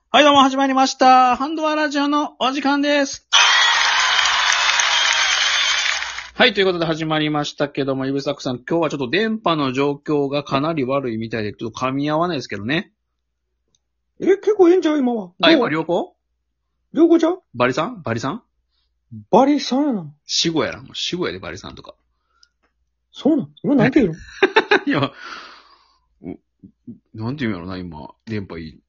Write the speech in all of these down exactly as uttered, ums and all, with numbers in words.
はい、どうも始まりました。ハンドアラジオのお時間です。はい、ということで始まりましたけども、ゆべさくさん、今日はちょっと電波の状況がかなり悪いみたいで、ちょっと噛み合わないですけどね。 え、結構ええんちゃう今は。 あ、今良好良好ちゃうバリさんバリさんバリさんやな。 死後やな。もう死後やで、バリさんとか。 そうなん今なんて言うのいや、なんて言うんやろな、今。電波いい。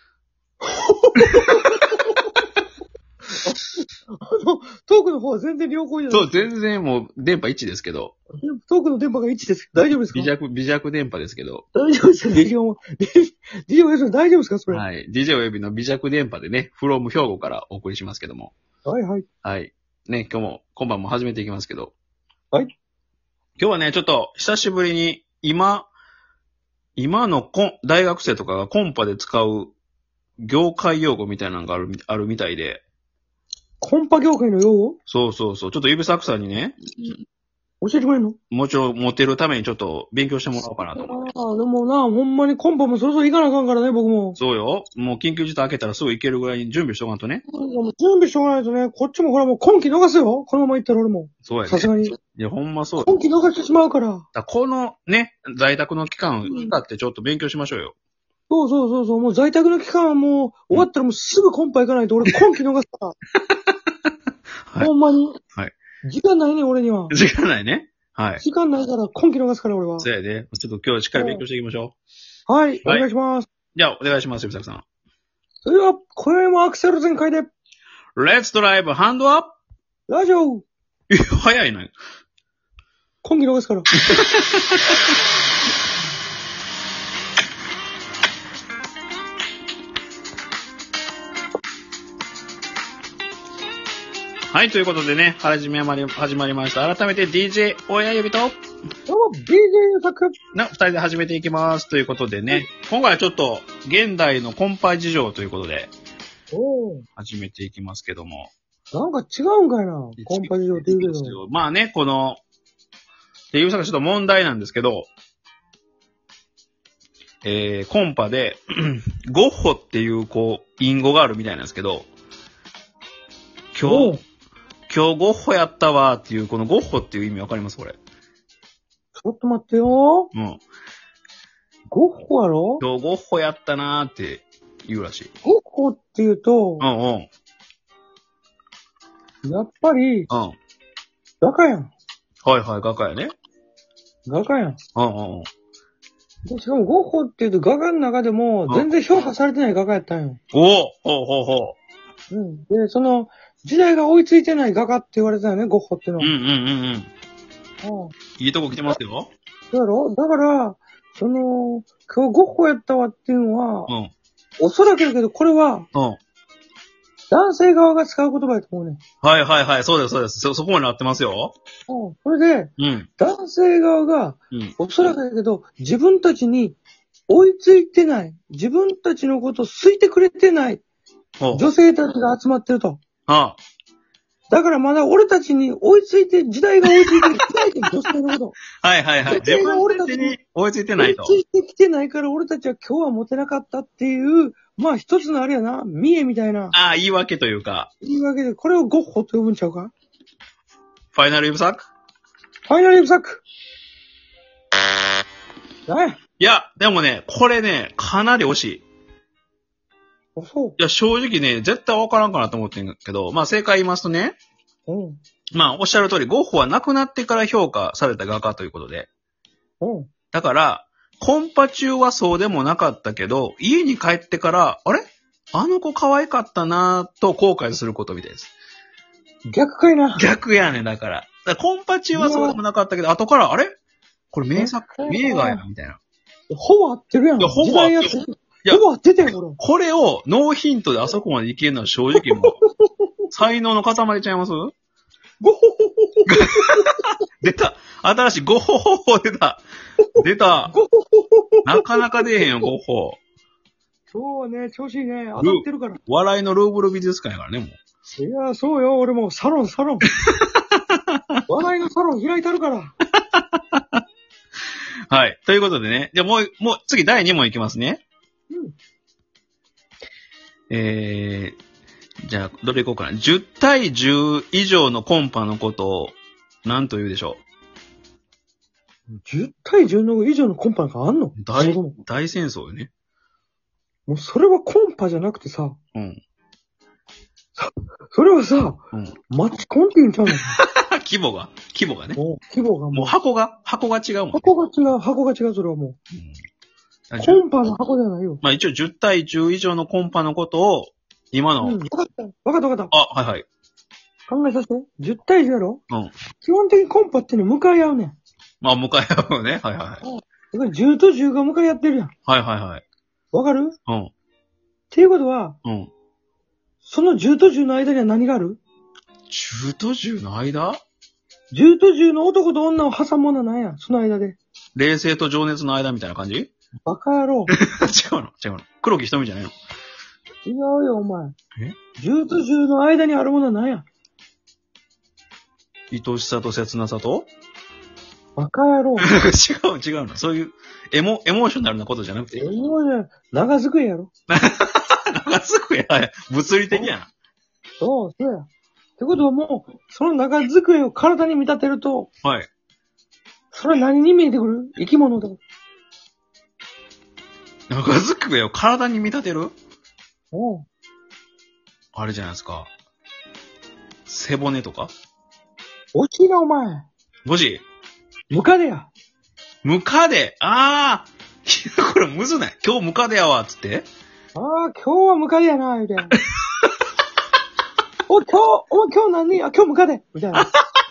あの、トークの方は全然良好じゃない。 そう、全然もう電波いちですけど。 トークの電波がいちです。大丈夫ですか微弱、微弱電波ですけど。 大丈夫ですか ?ディージェー も。ディージェー おやすみ大丈夫ですかそれ。 はい。ディージェー およびの微弱電波でね、フローム兵庫からお送りしますけども。 はいはい。 はい。ね、今日も、今晩も始めていきますけど。 はい。 今日はね、ちょっと、久しぶりに、今、今のコン大学生とかがコンパで使う業界用語みたいなのがある、あるみたいで。 コンパ業界の用語そうそうそう。ちょっと指サクさんにね、 教えてくれんのもうちょいモテるためにちょっと勉強してもらおうかなと思って。 ああ、でもな、ほんまにコンパもそろそろ行かなあかんからね、僕も。 そうよ。もう緊急事態開けたらすぐ行けるぐらいに準備しとかんとね。 もう準備しとかないとね、こっちもほらもう今期逃すよ。このまま行ったら俺も。 そうやね。 さすがに。 いや、ほんまそうよ。 今期逃してしまうから。 だからこのね、在宅の期間を使ってちょっと勉強しましょうよ。 そうそうそうそう、もう在宅の期間はもう終わったらもうすぐコンパ行かないと俺今期逃すから。 はいほんまに。 はい。 時間ないね、俺には。 時間ないね。はい。 時間ないから今期逃すから俺は。 そうやで。ちょっと今日しっかり勉強していきましょう。 はい、おはい願いします。 じゃあ、お願いします、指作さん。 それでは、今宵もアクセル全開で、 Let's drive hand up! ラジオいや、早いな。 今期逃すから。 はい、ということでね、始めまり、始まりました。改めて ディージェー 親指と、 どうも、ディージェー サク。 な、二人で始めていきます。ということでね、今回はちょっと、現代のコンパ事情ということで、 おー、 始めていきますけども。 なんか違うんかいな。コンパ事情って言うけど。 まあね、この、っていうさがちょっと問題なんですけど、えー、コンパで、ゴッホっていう、こう、隠語があるみたいなんですけど、今日、今日ゴッホやったわーっていう、このゴッホっていう意味わかりますこれ。 ちょっと待ってようん。 ゴッホやろ今日ゴッホやったなーって言うらしい。 ゴッホって言うとう、んうん。 やっぱり、 うん。 画家やん。 はいはい、画家やね。 画家やん。 うんうんうん。 でしかもゴッホって言うと画家の中でも全然評価されてない画家やったんよ。 おおほうほうほうん。で、その、時代が追いついてない画家って言われてたよね、ゴッホってのう。うんは。 うんうんうん。 うん。 いいとこ来てますよ。 そうやろだから、その、今日ゴッホやったわっていうのは、 うん。 おそらくだけど、これは、 うん。 男性側が使う言葉やと思うね。 はいはいはい、そうですそうです。そ、そこまでなってますよ。 うん。それで、 うん。 男性側が、 うん。 おそらくだけど、自分たちに追いついてない、自分たちのことを好いてくれてないほう。 女性たちが集まってると。 ああ。 だからまだ俺たちに追いついて、時代が追いついてきてないけど、女性のこと。 はいはいはい。自分たちに追いついてないと。 追いついてきてないから俺たちは今日はモテなかったっていう、まあ一つのあれやな、見栄みたいな。 ああ、言い訳というか。 言い訳で、これをゴッホと呼ぶんちゃうかファイナルイブサックファイナルリブサック。ねいや、でもね、これね、かなり惜しい。 あ、そいや、正直ね、絶対わからんかなと思ってんけど、まあ正解言いますとね、 う。うん。 まあおっしゃる通り、ゴッホは亡くなってから評価された画家ということで。 うん。 だから、コンパ中はそうでもなかったけど、家に帰ってから、あれあの子可愛かったなぁと後悔することみたいです。 逆かいな。 逆やねん、だから。だからコンパ中はそうでもなかったけど、後から、あれこれ名作、名画やな、みたいな。 ほぼ合ってるやん。 いやほぼ合ってる時代やっていやほぼ合ってたよ、これ。 これをノーヒントであそこまでいけるのは正直もう、才能の塊ちゃいますゴッホホホ出た新しいゴッホホホ出た出たゴッホホホなかなか出えへんよ、ゴッホ。 今日はね、調子いいね。当たってるから。 笑いのルーブル美術館やからね、もう。 いや、そうよ。俺もうサロン、サロン。笑いのサロン開いてあるから。 はい。ということでね。じゃあもう、もう次だいに問いきますね。 うん。 えー、じゃあ、どれいこうかな。じゅう対じゅう以上のコンパのことを、何と言うでしょじゅう対じゅうの以上のコンパなんかあんのう。大そもそも、 大戦争よね。 もうそれはコンパじゃなくてさ、 うん。 それはさ、 うん。 マッチコンって言うんちゃうの？ 規模が、規模がね。 もう、規模がもう。 もう箱が、箱が違うもんね。 箱が違う、箱が違う、それはもうんう。コンパの箱じゃないよ。 まあ一応じゅう対じゅう以上のコンパのことを、今の、 うん、わかった。わかったわかった。 あ、はいはい。 考えさせて。じゅう対じゅうやろ？ うん。 基本的にコンパっていうのは向かい合うねん。 まあ、向かい合うね。はいはいはい。 だからじゅうとじゅうが向かい合ってるやん。 はいはいはい。 わかる？っうん。 ていうことは、 うん。 そのじゅうとじゅうの間には何がある？ じゅうとじゅうの間じゅうとじゅうの男と女を挟むものは何や？その間で。 冷静と情熱の間みたいな感じ違うバカ野郎。 の違うの黒木瞳じゃないの違うよ、お前。 えじゅう とじゅうの間にあるものは何や？ 愛しさと切なさとバカ野郎。 違う違うの。そういうエモ、エモーショナルなことじゃなくて。 ええもんじゃ、長机やろ。 長机や。物理的やな。 そう、そうや。ってことはもう、その長机を体に見立てると、 はい。 それは何に見えてくる？生き物だ。 長机を体に見立てるおう。 あれじゃないですか。背骨とか惜しいな、お前。 もし、 ムカデや。 ムカデ。ああいやこれむずない。今日ムカデやわ、つって。 ああ、今日はムカデやな、みたいな。お、今日、お前今日何？あ、今日ムカデみたいな。ム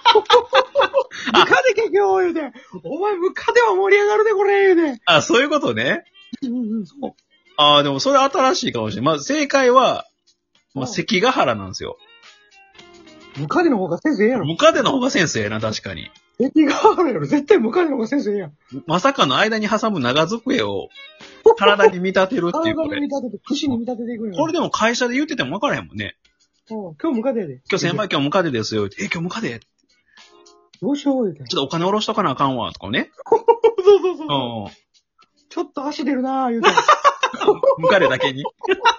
カデか今日言うて。お前ムカデは盛り上がるで、これ言うて。 あ、そういうことね。 うんうん、そう。 ああ、でもそれ新しいかもしれない。まあ、正解は、まあ、 うん関ヶ原なんですよ。 ムカデの方がセンスええやろ。 ムカデの方がセンスええな、確かに。 敵があるやろ。絶対ムカデの方がセンスええやん。 まさかの間に挟む長机を体に見立てるっていうこれ。 体に見立てて、串に見立てていくんやこれでも会社で言ってても分からへんもんね。 うん今日ムカデやで。 今日先輩今日ムカデですよ。え、今日ムカデちどうしよう言うて。 ょっとお金下ろしとかなあかんわ、とかね。 そうそうそう。 うん。 ちょっと足出るなぁ、言うて。 ムカデだけに。い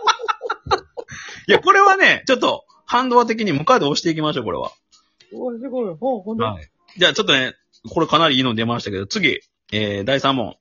や、これはね、ちょっと、ハンドア的にムカデ押していきましょう、これは。 おい、すごい。ほん、ほんで。ははい。じゃあちょっとね、これかなりいいの出ましたけど、次、えー、だいさん問。 い。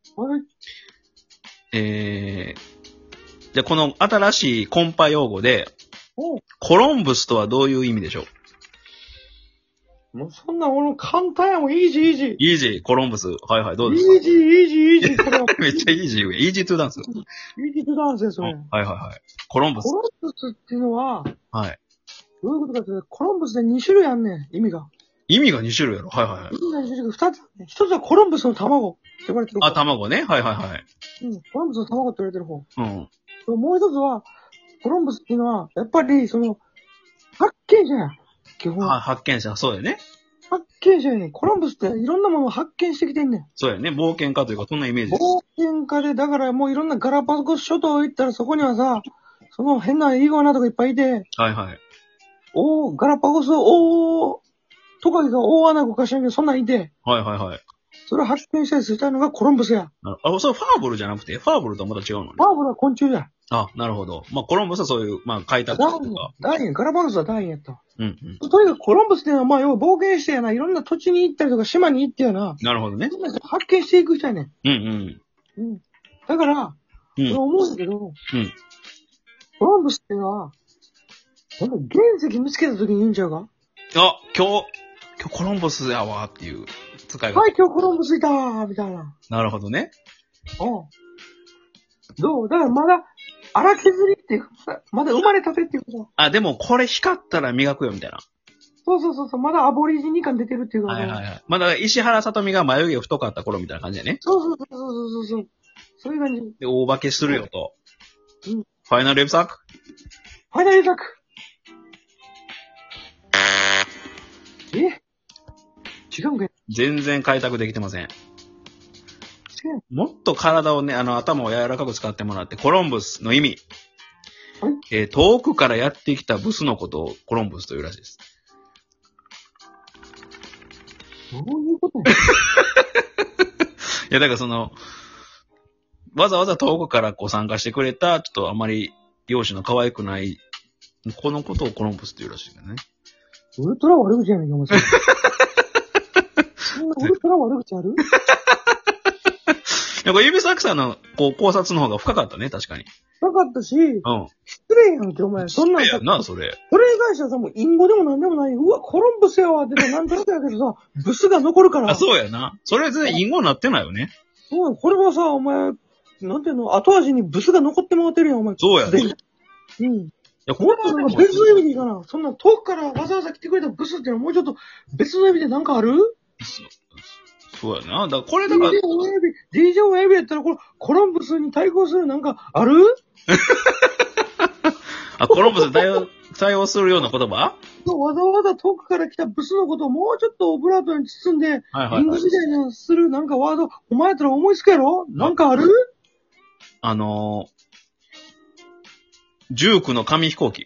えー、じゃあこの新しいコンパ用語で、 おうコロンブスとはどういう意味でしょう？ もうそんな俺簡単やもん、イージーイージー。 イージー、コロンブス。はいはい、どうイですか？ ージーイージーイージー。これはめっちゃイージー言うやん。イージートゥーダンス。 イージートゥダンスや、それ。 はいはいはい。コロンブスコ。ロンブスっていうのは、 はい。 どういうことかっていうと、コロンブスでに種類あんねん、意味が。 意味がに種類やろ。はいはいはい。 意味がに種類がふたつあんねん。ひとつはコロンブスの卵って言われてる方。 あ、卵ね。はいはいはい。 うん、コロンブスの卵って言われてる方。 うん。 もう一つは、コロンブスっていうのは、やっぱり、その、発見者や。基本。 は発見者、そうだよね。 発見者やねん。コロンブスっていろんなものを発見してきてんねん。 そうやね。冒険家というか、そんなイメージです。 冒険家で、だからもういろんなガラパゴス諸島行ったらそこにはさ、その変なイグアナとかいっぱいいて、 はいはい。 おー、ガラパゴス、おー、トカゲが大穴子かしらんけど、そんなんいて、 はいはいはい。 それを発見したりしたのがコロンブスや。 なあ、それファーブルじゃなくて、ファーブルとはまた違うのね。 パーブルは昆虫や。 あ、なるほど。まあ、コロンブスはそういう、まあ、開拓ダーイン者とか。、 ダーイン、ガラパゴスはダーインやった。 うんうん。 とにかくコロンブスっていうのは、まあ、要は冒険してやな、いろんな土地に行ったりとか島に行ってやな、 なるほどね。 発見していく人やねん。 うんうん。 うん。だから、 うん。 俺思うんだけど、 うん。 コロンブスっていうのは、ほんと原石見つけた時に言うんちゃうか？ あ、今日、今日コロンブスやわっていう使いが。 はい、今日コロンブスいたーみたいな。 なるほどね。 うん。どうだからまだ、荒削りっていうか、まだ生まれたてっていうこと。 あ、でもこれ光ったら磨くよみたいな。 そうそうそうそう、まだアボリジニ感出てるっていうか。 はいはいはい。まあだから石原さとみが眉毛太かった頃みたいな感じだね。 そうそうそうそうそうそう。そういう感じ。 で、大化けするよと。 うん。 ファイナルエプサーク。 ファイナルエタック。え違うんかい？ 全然開拓できてません。 違う。 もっと体をね、あの、頭を柔らかく使ってもらって、コロンブスの意味。 はいえー遠くからやってきたブスのことをコロンブスというらしいです。 どういうことや？ いや、だからその、わざわざ遠くからこう参加してくれた、ちょっとあまり容姿の可愛くない、このことをコロンブスって言うらしいんだよね。 ウルトラ悪口やねんか、お前それ。そんなウルトラ悪口ある？ いや、これ指サクさんのこう考察の方が深かったね、確かに。 なかったし、 うん。 失礼やんけ、お前。そんなんさ失礼やな、それ。 それに関してはさ、もう、隠語でもなんでもない。うわ、コロンブスやわってさ、なんとなくやけどさ、ブスが残るから。 あ、そうやな。それ全然隠語になってないよね。 そう、これはさ、お前、なんていうの、後味にブスが残ってもらってるやん、お前。 そうやね。 うん。 いや、 もっとなんか別の意味でいいかな。そんな遠くからわざわざ来てくれたブスっていうのはもうちょっと別の意味でなんかある？ そうやな。だからこれだから。 ディージェー 親指、ディージェー 親指やったらこれ、コロンブスに対抗するなんかある？ あ、コロンブスに対応、対応するような言葉？ そう、わざわざ遠くから来たブスのことをもうちょっとオブラートに包んで、 はいはい、 リンゴみたいなするなんかワード、お前やったら思いつくやろ？なんかある？ あのー、ジュークの紙飛行機。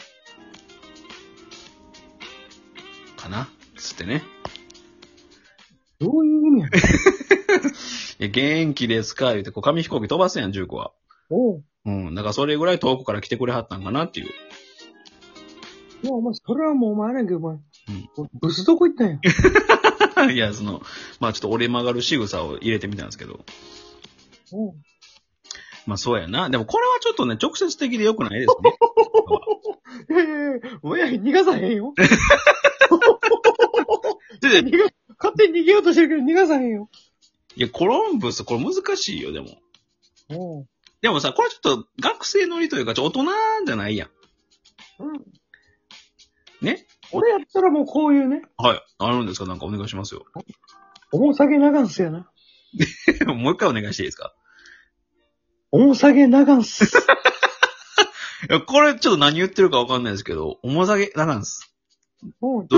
かなつってね。 どういう意味やねん。 いや、元気ですか言うて、こう紙飛行機飛ばすやん、ジュークは。 おう。 うん。だからそれぐらい遠くから来てくれはったんかなっていう。 いや、お前、それはもうお前やねんけど、お前。 うん。 ブスどこ行ったんや。 いや、その、まあちょっと折れ曲がる仕草を入れてみたんですけど。 おう。 まあそうやな。でもこれはちょっとね、直接的で良くないですね。 いやいやいや、お前逃がさへんよ。 で、 逃が、勝手に逃げようとしてるけど逃がさへんよ。 いや、コロンブス、これ難しいよ、でも。 おう。 でもさ、これちょっと学生乗りというか、ちょっと大人じゃないやん。 うん。 ね？ 俺やったらもうこういうね、 はい。あるんですか？なんかお願いしますよ。 重さげながんすやな。 もう一回お願いしていいですか？ 重さげながんす。 いや、これちょっと何言ってるかわかんないですけど、重さげながんす。 うん。